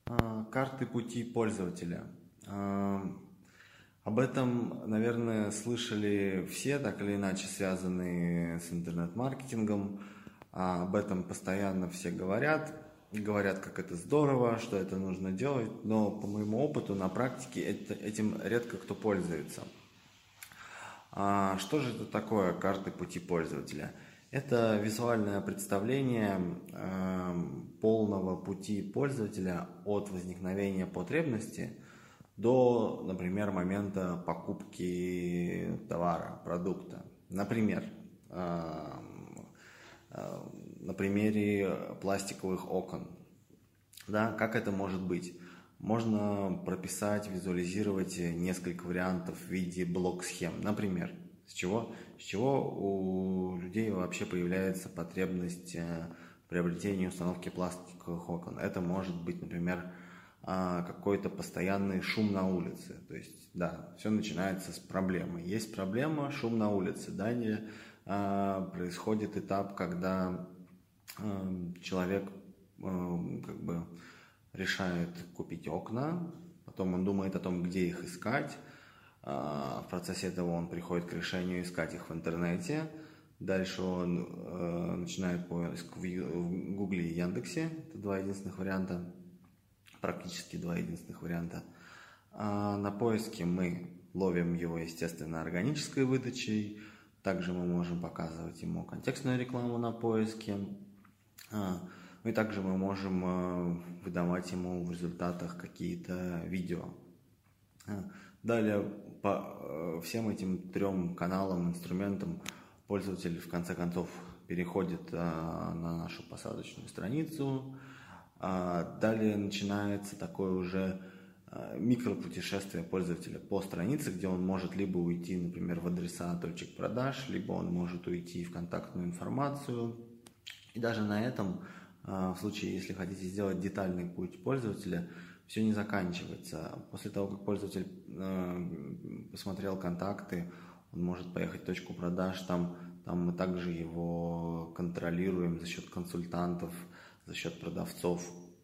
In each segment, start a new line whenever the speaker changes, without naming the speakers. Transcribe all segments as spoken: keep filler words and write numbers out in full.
А, Карты пути пользователя. А, Об этом, наверное, слышали все, так или иначе связанные с интернет-маркетингом. А, Об этом постоянно все говорят. Говорят, как это здорово, что это нужно делать. Но по моему опыту на практике это, этим редко кто пользуется. А Что же это такое карты пути пользователя? Это визуальное представление э, полного пути пользователя от возникновения потребности до, например, момента покупки товара, продукта. Например, э, э, на примере пластиковых окон. Да, как это может быть? Можно прописать, визуализировать несколько вариантов в виде блок-схем. Например, с чего, с чего у людей вообще появляется потребность в приобретении и установке пластиковых окон. Это может быть, например, какой-то постоянный шум на улице. То есть, да, все начинается с проблемы. Есть проблема, шум на улице. Далее происходит этап, когда человек как бы решает купить окна, потом он думает о том, где их искать. В процессе этого он приходит к решению искать их в интернете. Дальше он начинает поиск в Гугле и Яндексе. Это два единственных варианта, практически два единственных варианта. На поиске мы ловим его, естественно, органической выдачей. Также мы можем показывать ему контекстную рекламу на поиске. И также мы можем выдавать ему в результатах какие-то видео. Далее по всем этим трем каналам, инструментам пользователь в конце концов переходит на нашу посадочную страницу. Далее начинается такое уже микропутешествие пользователя по странице, где он может либо уйти, например, в адреса точек продаж, либо он может уйти в контактную информацию. И даже на этом, в случае, если хотите сделать детальный путь пользователя, все не заканчивается. После того, как пользователь посмотрел контакты, он может поехать в точку продаж, там, там мы также его контролируем за счет консультантов, за счет продавцов.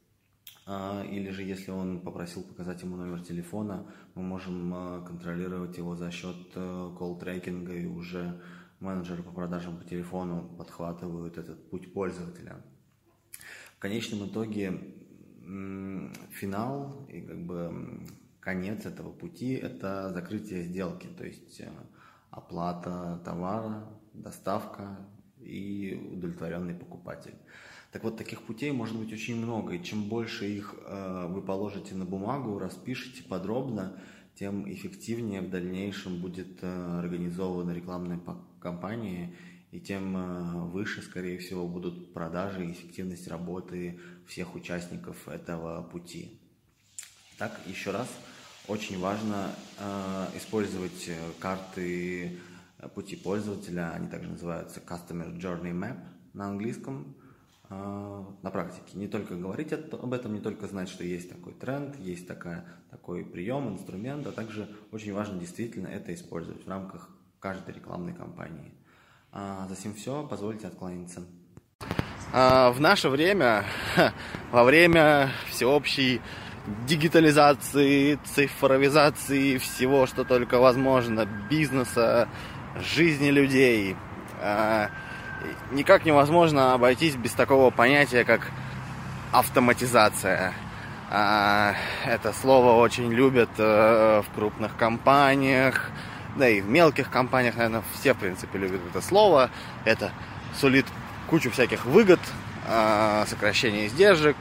Или же, если он попросил показать ему номер телефона, мы можем контролировать его за счет колл-трекинга, и уже менеджеры по продажам по телефону подхватывают этот путь пользователя. В конечном итоге финал и как бы конец этого пути – это закрытие сделки, то есть оплата товара, доставка и удовлетворенный покупатель. Так вот, таких путей может быть очень много, и чем больше их э, вы положите на бумагу, распишите подробно, тем эффективнее в дальнейшем будет э, организована рекламная кампания, и тем э, выше, скорее всего, будут продажи и эффективность работы всех участников этого пути. Так, еще раз, очень важно э, использовать карты пути пользователя, они также называются Customer Journey Map на английском. На практике. Не только говорить об этом, не только знать, что есть такой тренд, есть такая, такой прием, инструмент, а также очень важно действительно это использовать в рамках каждой рекламной кампании. А за сим все, позвольте откланяться.
В наше время, во время всеобщей дигитализации, цифровизации всего, что только возможно, бизнеса, жизни людей, никак невозможно обойтись без такого понятия, как автоматизация. Это слово очень любят в крупных компаниях, да и в мелких компаниях, наверное, все, в принципе, любят это слово. Это сулит кучу всяких выгод, сокращение издержек,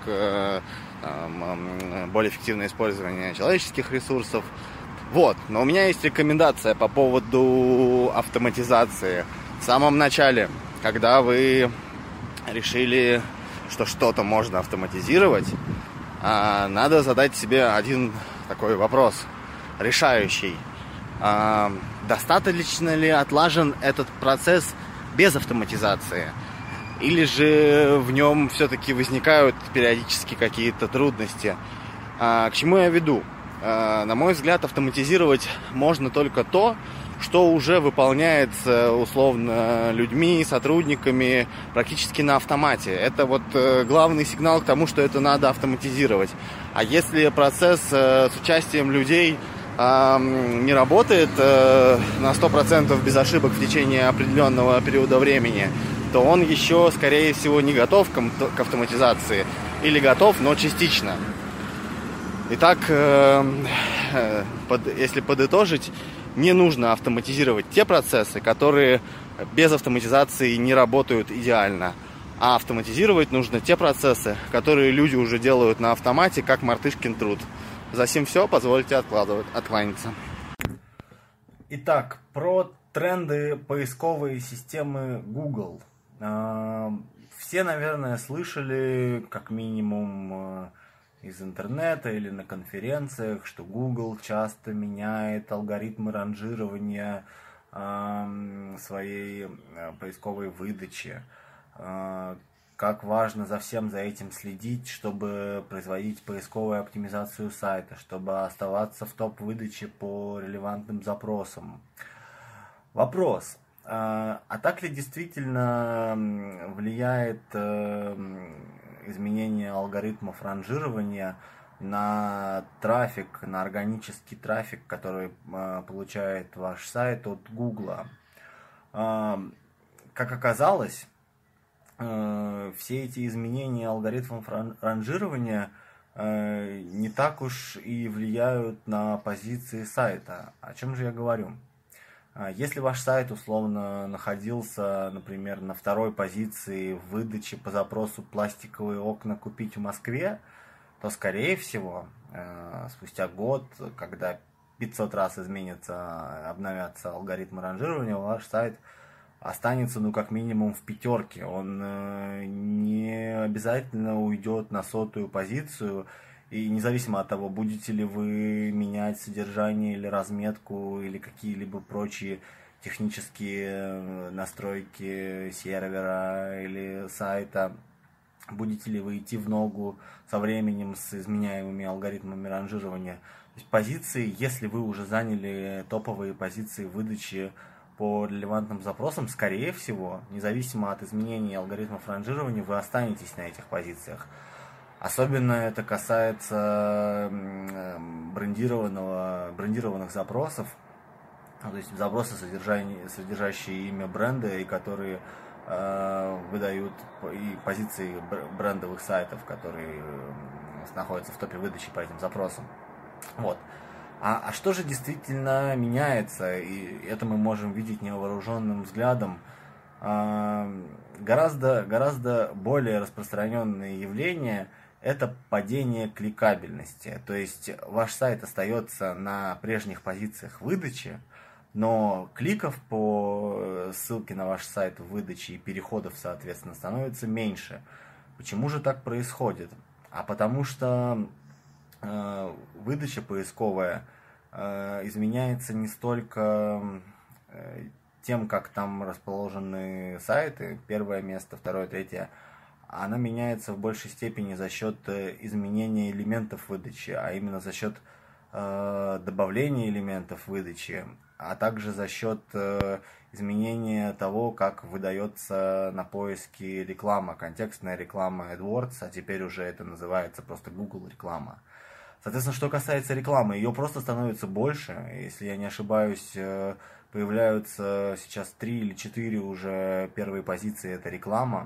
более эффективное использование человеческих ресурсов. Вот. Но у меня есть рекомендация по поводу автоматизации. В самом начале, когда вы решили, что что-то можно автоматизировать, надо задать себе один такой вопрос, решающий. Достаточно ли отлажен этот процесс без автоматизации? Или же в нем все-таки возникают периодически какие-то трудности? К чему я веду? На мой взгляд, автоматизировать можно только то, что уже выполняется условно людьми, сотрудниками практически на автомате. Это вот главный сигнал к тому, что это надо автоматизировать. А если процесс с участием людей не работает на сто процентов без ошибок в течение определенного периода времени, то он еще, скорее всего, не готов к автоматизации или готов, но частично. Итак, если подытожить, не нужно автоматизировать те процессы, которые без автоматизации не работают идеально, а автоматизировать нужно те процессы, которые люди уже делают на автомате, как мартышкин труд. За сим все, позвольте откладывать, откланяться.
Итак, про тренды поисковой системы Google. Все, наверное, слышали, как минимум, из интернета или на конференциях, что Google часто меняет алгоритмы ранжирования своей поисковой выдачи. Как важно за всем за этим следить, чтобы производить поисковую оптимизацию сайта, чтобы оставаться в топ выдачи по релевантным запросам. Вопрос. А так ли действительно влияет изменение алгоритмов ранжирования на трафик, на органический трафик, который получает ваш сайт от Google? Как оказалось, все эти изменения алгоритмов ранжирования не так уж и влияют на позиции сайта. О чем же я говорю? Если ваш сайт условно находился, например, на второй позиции в выдаче по запросу «пластиковые окна купить в Москве», то, скорее всего, спустя год, когда пятьсот раз изменятся, обновятся алгоритмы ранжирования, ваш сайт останется, ну, как минимум в пятерке. Он не обязательно уйдет на сотую позицию. И независимо от того, будете ли вы менять содержание или разметку, или какие-либо прочие технические настройки сервера или сайта, будете ли вы идти в ногу со временем с изменяемыми алгоритмами ранжирования. То есть позиции, если вы уже заняли топовые позиции выдачи по релевантным запросам, скорее всего, независимо от изменений алгоритмов ранжирования, вы останетесь на этих позициях. Особенно это касается брендированного, брендированных запросов, то есть запросы, содержащие имя бренда и которые э, выдают и позиции брендовых сайтов, которые находятся в топе выдачи по этим запросам. Вот. А, а что же действительно меняется, и это мы можем видеть невооруженным взглядом? Э, гораздо, гораздо более распространенные явления – это падение кликабельности. То есть ваш сайт остается на прежних позициях выдачи, но кликов по ссылке на ваш сайт в выдаче и переходов, соответственно, становится меньше. Почему же так происходит? А потому что э, выдача поисковая э, изменяется не столько э, тем, как там расположены сайты, первое место, второе, третье, она меняется в большей степени за счет изменения элементов выдачи, а именно за счет э, добавления элементов выдачи, а также за счет э, изменения того, как выдается на поиске реклама, контекстная реклама AdWords, а теперь уже это называется просто Google реклама. Соответственно, что касается рекламы, ее просто становится больше. Если я не ошибаюсь, появляются сейчас три или четыре уже первые позиции, это реклама.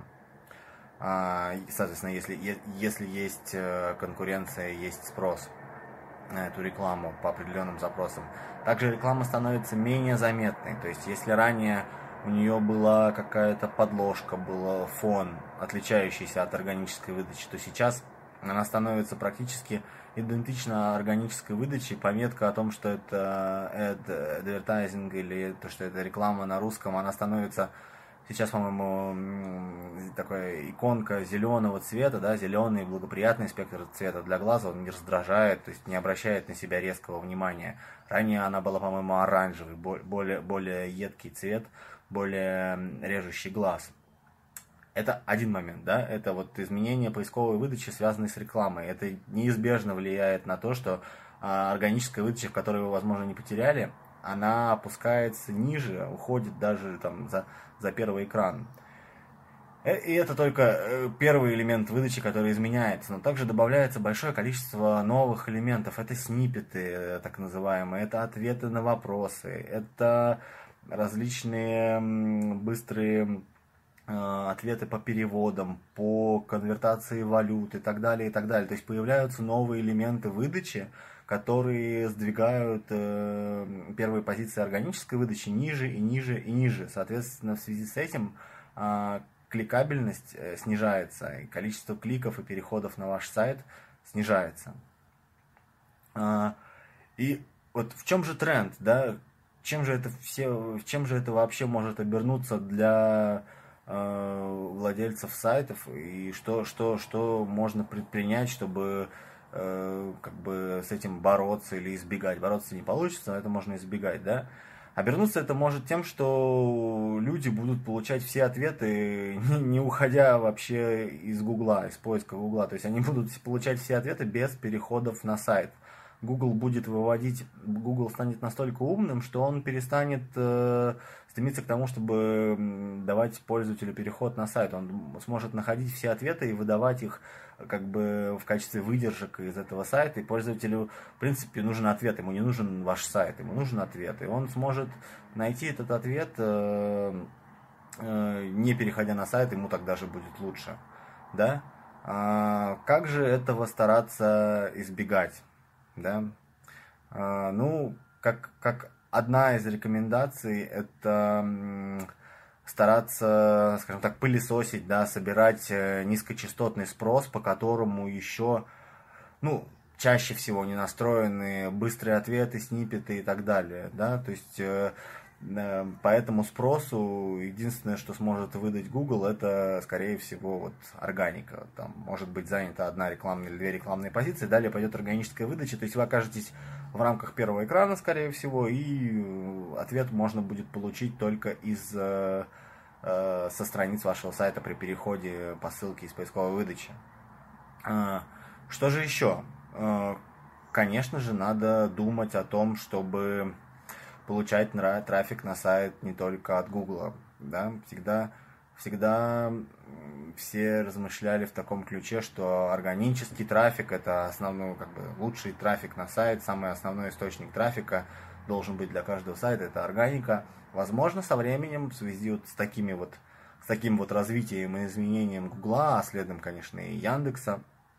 Соответственно, если, если есть конкуренция, есть спрос на эту рекламу по определенным запросам. Также реклама становится менее заметной. То есть, если ранее у нее была какая-то подложка, был фон, отличающийся от органической выдачи, то сейчас она становится практически идентична органической выдаче. Пометка о том, что это ad, advertising или то, что это реклама на русском, она становится сейчас, по-моему, такая иконка зеленого цвета, да, зеленый благоприятный спектр цвета для глаза, он не раздражает, то есть не обращает на себя резкого внимания. Ранее она была, по-моему, оранжевый, более, более едкий цвет, более режущий глаз. Это один момент, да, это вот изменение поисковой выдачи, связанной с рекламой. Это неизбежно влияет на то, что а, органическая выдача, в которой вы, возможно, не потеряли, она опускается ниже, уходит даже там за, за первый экран. И это только первый элемент выдачи, который изменяется, но также добавляется большое количество новых элементов. Это сниппеты, так называемые, это ответы на вопросы, это различные быстрые ответы по переводам, по конвертации валют и так далее, и так далее. То есть появляются новые элементы выдачи, которые сдвигают первые позиции органической выдачи ниже и ниже и ниже. Соответственно, в связи с этим кликабельность снижается, и количество кликов и переходов на ваш сайт снижается. И вот в чем же тренд, да? Чем же это все, чем же это вообще может обернуться для э, владельцев сайтов, и что, что, что можно предпринять, чтобы э, как бы с этим бороться или избегать? Бороться не получится, но это можно избегать, да? Обернуться это может тем, что люди будут получать все ответы, не, не уходя вообще из Гугла, из поиска Гугла. То есть они будут получать все ответы без переходов на сайт. Google будет выводить, Google станет настолько умным, что он перестанет э, стремиться к тому, чтобы давать пользователю переход на сайт. Он сможет находить все ответы и выдавать их как бы в качестве выдержек из этого сайта. И пользователю, в принципе, нужен ответ. Ему не нужен ваш сайт, ему нужен ответ. И он сможет найти этот ответ, э, э, не переходя на сайт, ему так даже будет лучше. Да? А как же этого стараться избегать? Да? А, ну, как, как одна из рекомендаций, это стараться, скажем так, пылесосить, да, собирать низкочастотный спрос, по которому еще, ну, чаще всего не настроены быстрые ответы, сниппеты и так далее, да, то есть по этому спросу единственное, что сможет выдать Google, это, скорее всего, вот органика. Там может быть занята одна рекламная или две рекламные позиции, далее пойдет органическая выдача, то есть вы окажетесь в рамках первого экрана, скорее всего, и ответ можно будет получить только из, э, э, со страниц вашего сайта при переходе по ссылке из поисковой выдачи. Э, что же еще? Э, конечно же, надо думать о том, чтобы получать трафик на сайт не только от Гугла, да, всегда, всегда все размышляли в таком ключе, что органический трафик это основной, как бы, лучший трафик на сайт, самый основной источник трафика должен быть для каждого сайта, это органика. Возможно, со временем, в связи вот с такими вот, с таким вот развитием и изменением Гугла, а следом, конечно, и Яндекса,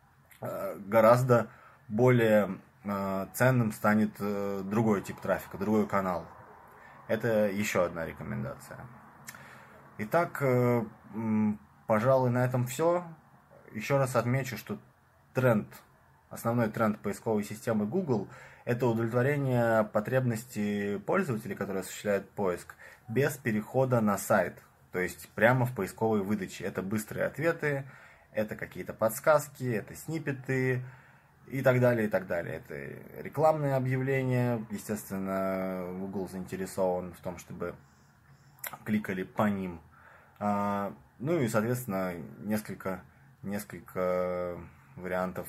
гораздо более ценным станет другой тип трафика, другой канал. Это еще одна рекомендация. Итак, пожалуй, на этом все. Еще раз отмечу, что тренд, основной тренд поисковой системы Google – это удовлетворение потребностей пользователей, которые осуществляют поиск, без перехода на сайт, то есть прямо в поисковой выдаче. Это быстрые ответы, это какие-то подсказки, это сниппеты, и так далее, и так далее. Это рекламные объявления. Естественно, Google заинтересован в том, чтобы кликали по ним. А, ну и, соответственно, несколько, несколько вариантов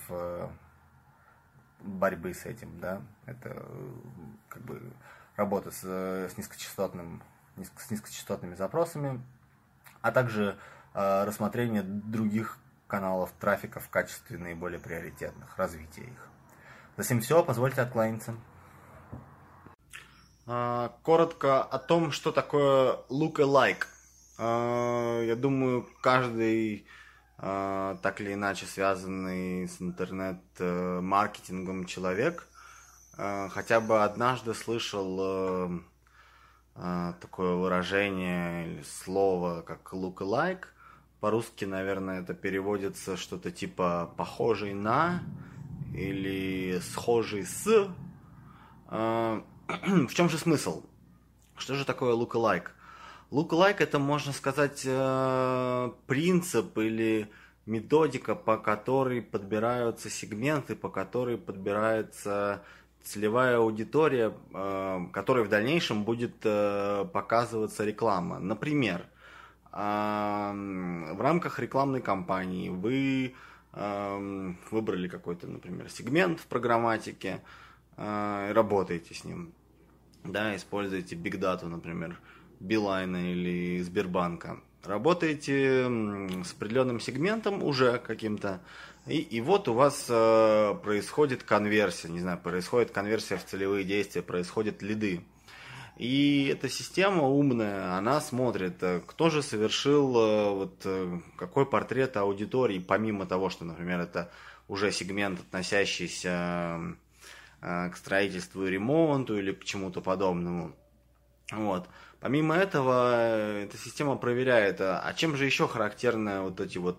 борьбы с этим. Да? Это как бы работа с, с, низкочастотным, с низкочастотными запросами, а также а, рассмотрение других каналов трафика в качестве наиболее приоритетных, развитие их. За всем все, позвольте откланяться. Коротко о том, что такое lookalike. Я думаю, каждый, так или иначе связанный с интернет-маркетингом человек, хотя бы однажды слышал такое выражение или слово, как lookalike. По-русски, наверное, это переводится что-то типа «похожий на» или «схожий с». В чем же смысл? Что же такое lookalike? Lookalike – это, можно сказать, принцип или методика, по которой подбираются сегменты, по которой подбирается целевая аудитория, которой в дальнейшем будет показываться реклама. Например, в рамках рекламной кампании вы выбрали какой-то, например, сегмент в программатике, работаете с ним. да, используете Big Data, например, Билайна или Сбербанка. Работаете с определенным сегментом уже каким-то, и, и вот у вас э, происходит конверсия, не знаю, происходит конверсия в целевые действия, происходят лиды. И эта система умная, она смотрит, кто же совершил, вот, какой портрет аудитории, помимо того, что, например, это уже сегмент, относящийся к строительству и ремонту или к чему-то подобному. Вот. Помимо этого, эта система проверяет, а чем же еще характерны вот эти вот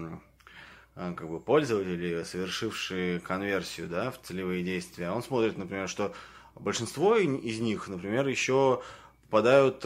как бы пользователи, совершившие конверсию, да, в целевые действия. Он смотрит, например, что большинство из них, например, еще попадают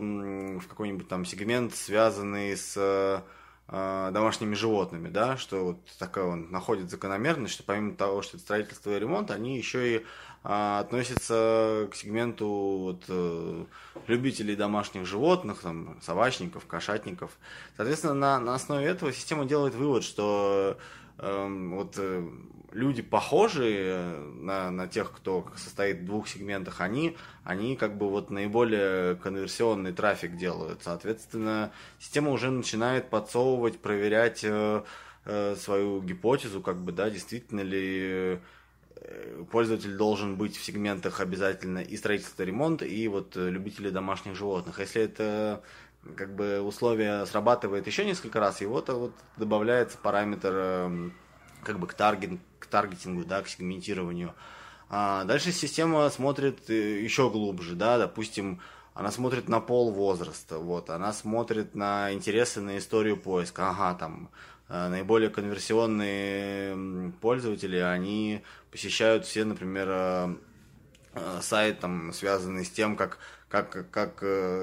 в какой-нибудь там сегмент, связанный с домашними животными, да, что вот такая он находит закономерность, что помимо того, что это строительство и ремонт, они еще и а, относятся к сегменту вот, э, любителей домашних животных, там, собачников, кошатников. Соответственно, на, на основе этого система делает вывод, что э, вот э, люди, похожие на, на тех, кто состоит в двух сегментах, они, они как бы вот наиболее конверсионный трафик делают. Соответственно, система уже начинает подсовывать, проверять э, э, свою гипотезу, как бы, да, действительно ли пользователь должен быть в сегментах обязательно и строительство, и ремонт, и вот любители домашних животных. Если это как бы условие срабатывает еще несколько раз, его-то вот добавляется параметр э, как бы к, таргет, к таргетингу, да, к сегментированию. А дальше система смотрит еще глубже, да, допустим, она смотрит на пол, возраст, вот, она смотрит на интересы, на историю поиска. Ага, там наиболее конверсионные пользователи, они посещают все, например, сайт, там, связанный с тем, как, как, как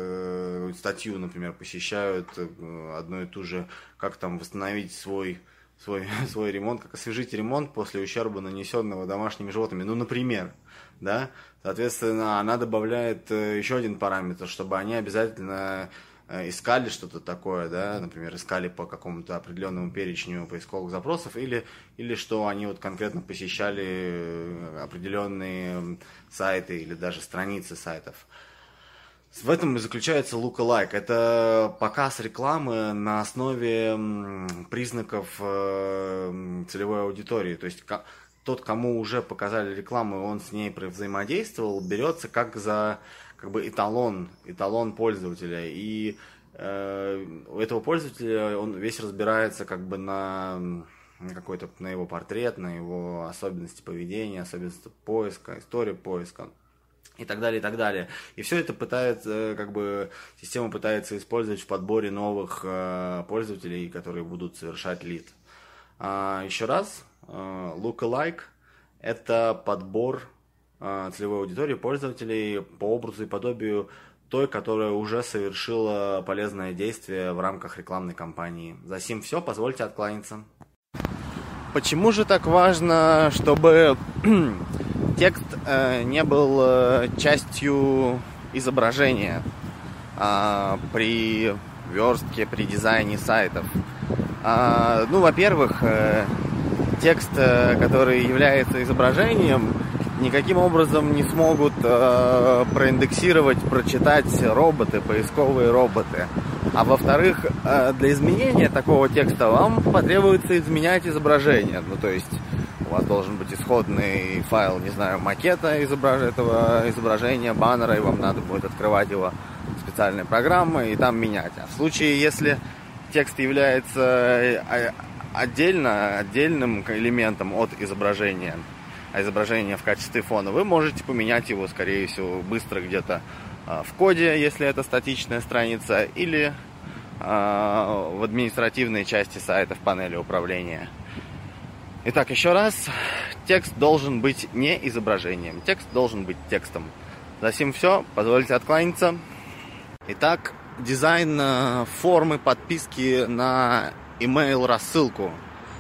э, статью, например, посещают одну и ту же, как там восстановить свой, свой, свой ремонт, как освежить ремонт после ущерба, нанесенного домашними животными, ну, например, да, соответственно, она добавляет еще один параметр, чтобы они обязательно искали что-то такое, да, например, искали по какому-то определенному перечню поисковых запросов, или, или что они вот конкретно посещали определенные сайты или даже страницы сайтов. В этом и заключается lookalike. Это показ рекламы на основе признаков целевой аудитории. То есть тот, кому уже показали рекламу, он с ней взаимодействовал, берется как за как бы эталон, эталон пользователя. И э, у этого пользователя он весь разбирается как бы на, на какой-то, на его портрет, на его особенности поведения, особенности поиска, историю поиска и так далее, и так далее. И все это пытается, как бы, система пытается использовать в подборе новых э, пользователей, которые будут совершать лид. А, еще раз, э, lookalike – это подбор целевой аудитории пользователей по образу и подобию той, которая уже совершила полезное действие в рамках рекламной кампании. За сим все, позвольте откланяться.
Почему же так важно, чтобы текст э, не был э, частью изображения э, при верстке, при дизайне сайтов? Э, ну, во-первых, э, текст, э, который является изображением, никаким образом не смогут э, проиндексировать, прочитать роботы, поисковые роботы. А во-вторых, э, для изменения такого текста вам потребуется изменять изображение. Ну, то есть у вас должен быть исходный файл, не знаю, макета изображ... этого изображения, баннера, и вам надо будет открывать его специальной программой и там менять. А в случае, если текст является отдельно, отдельным элементом от изображения, а изображение в качестве фона, вы можете поменять его, скорее всего, быстро где-то в коде, если это статичная страница, или в административной части сайта в панели управления. Итак, еще раз, текст должен быть не изображением, текст должен быть текстом. За сим все, позвольте откланяться. Итак, дизайн формы подписки на email рассылку.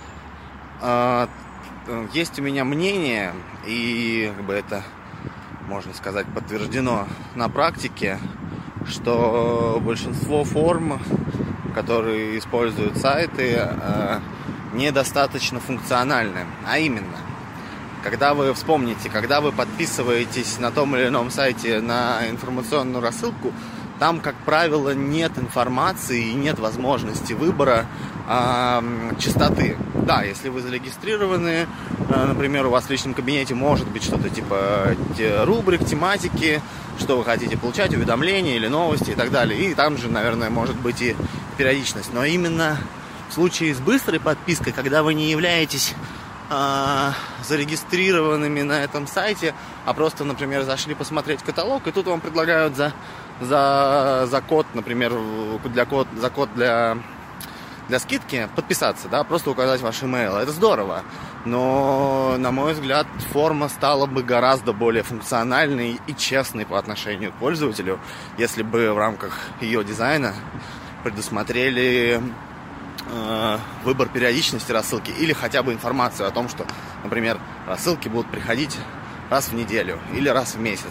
Есть у меня мнение, и как бы это, можно сказать, подтверждено на практике, что большинство форм, которые используют сайты, недостаточно функциональны. А именно, когда вы вспомните, когда вы подписываетесь на том или ином сайте на информационную рассылку, там, как правило, нет информации и нет возможности выбора э, частоты. Да, если вы зарегистрированы, э, например, у вас в личном кабинете может быть что-то типа те, рубрик, тематики, что вы хотите получать, уведомления или новости и так далее. И там же, наверное, может быть и периодичность. Но именно в случае с быстрой подпиской, когда вы не являетесь э, зарегистрированными на этом сайте, а просто, например, зашли посмотреть каталог, и тут вам предлагают за, за, за код, например, для код, за код для, для скидки подписаться, да, просто указать ваш имейл. Это здорово. Но, на мой взгляд, форма стала бы гораздо более функциональной и честной по отношению к пользователю, если бы в рамках ее дизайна предусмотрели э, выбор периодичности рассылки или хотя бы информацию о том, что, например, рассылки будут приходить раз в неделю или раз в месяц.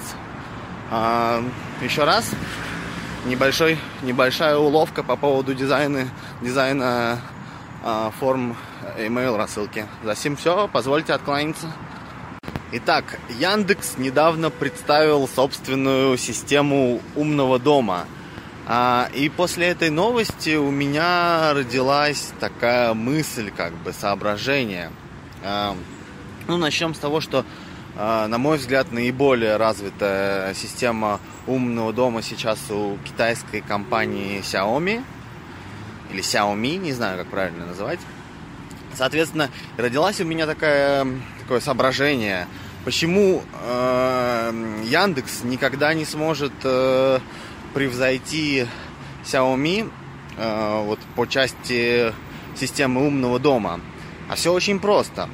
А, еще раз, небольшой, небольшая уловка по поводу дизайна, дизайна а, форм email рассылки. За сим все, позвольте откланяться. Итак, Яндекс недавно представил собственную систему умного дома. А, и после этой новости у меня родилась такая мысль, как бы соображение. А, ну, начнем с того, что, а, на мой взгляд, наиболее развитая система умного дома сейчас у китайской компании Xiaomi. Или Xiaomi, не знаю, как правильно называть. Соответственно, родилась у меня такая, такое соображение, почему э, Яндекс никогда не сможет э, превзойти Xiaomi э, вот, по части системы умного дома. А все очень просто.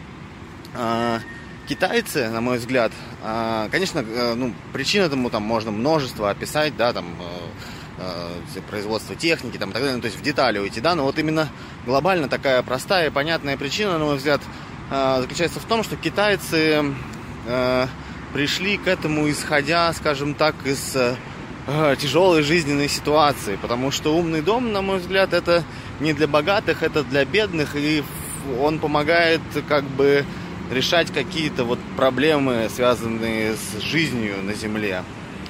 Э, китайцы, на мой взгляд, э, конечно, э, ну, причин этому там можно множество описать, да, там... Э, производство техники, там, и так далее, ну, то есть в детали уйти, да, но вот именно глобально такая простая и понятная причина, на мой взгляд, заключается в том, что китайцы э, пришли к этому, исходя, скажем так, из э, тяжелой жизненной ситуации, потому что умный дом, на мой взгляд, это не для богатых, это для бедных, и он помогает как бы решать какие-то вот проблемы, связанные с жизнью на Земле.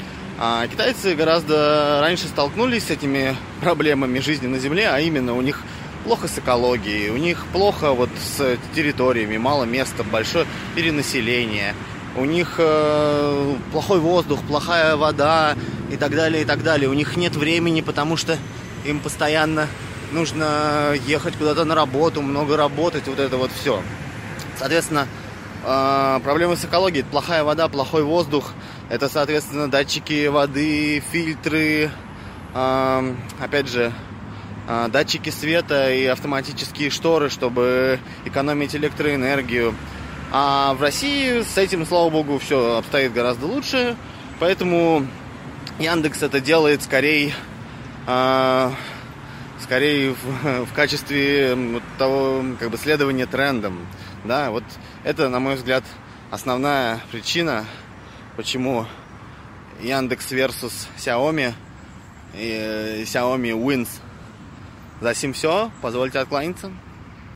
А китайцы гораздо раньше столкнулись с этими проблемами жизни на Земле, а именно у них плохо с экологией, у них плохо вот с территориями, мало места, большое перенаселение, у них э, плохой воздух, плохая вода и так далее, и так далее. У них нет времени, потому что им постоянно нужно ехать куда-то на работу, много работать, вот это вот все. Соответственно, э, проблемы с экологией, это плохая вода, плохой воздух. Это, соответственно, датчики воды, фильтры, э, опять же, э, датчики света и автоматические шторы, чтобы экономить электроэнергию. А в России с этим, слава богу, все обстоит гораздо лучше. Поэтому Яндекс это делает скорее, э, скорее в, в качестве вот того, как бы, следования трендам. Да, вот это, на мой взгляд, основная причина, почему Яндекс versus Xiaomi и Xiaomi wins. За сим все. Позвольте откланяться.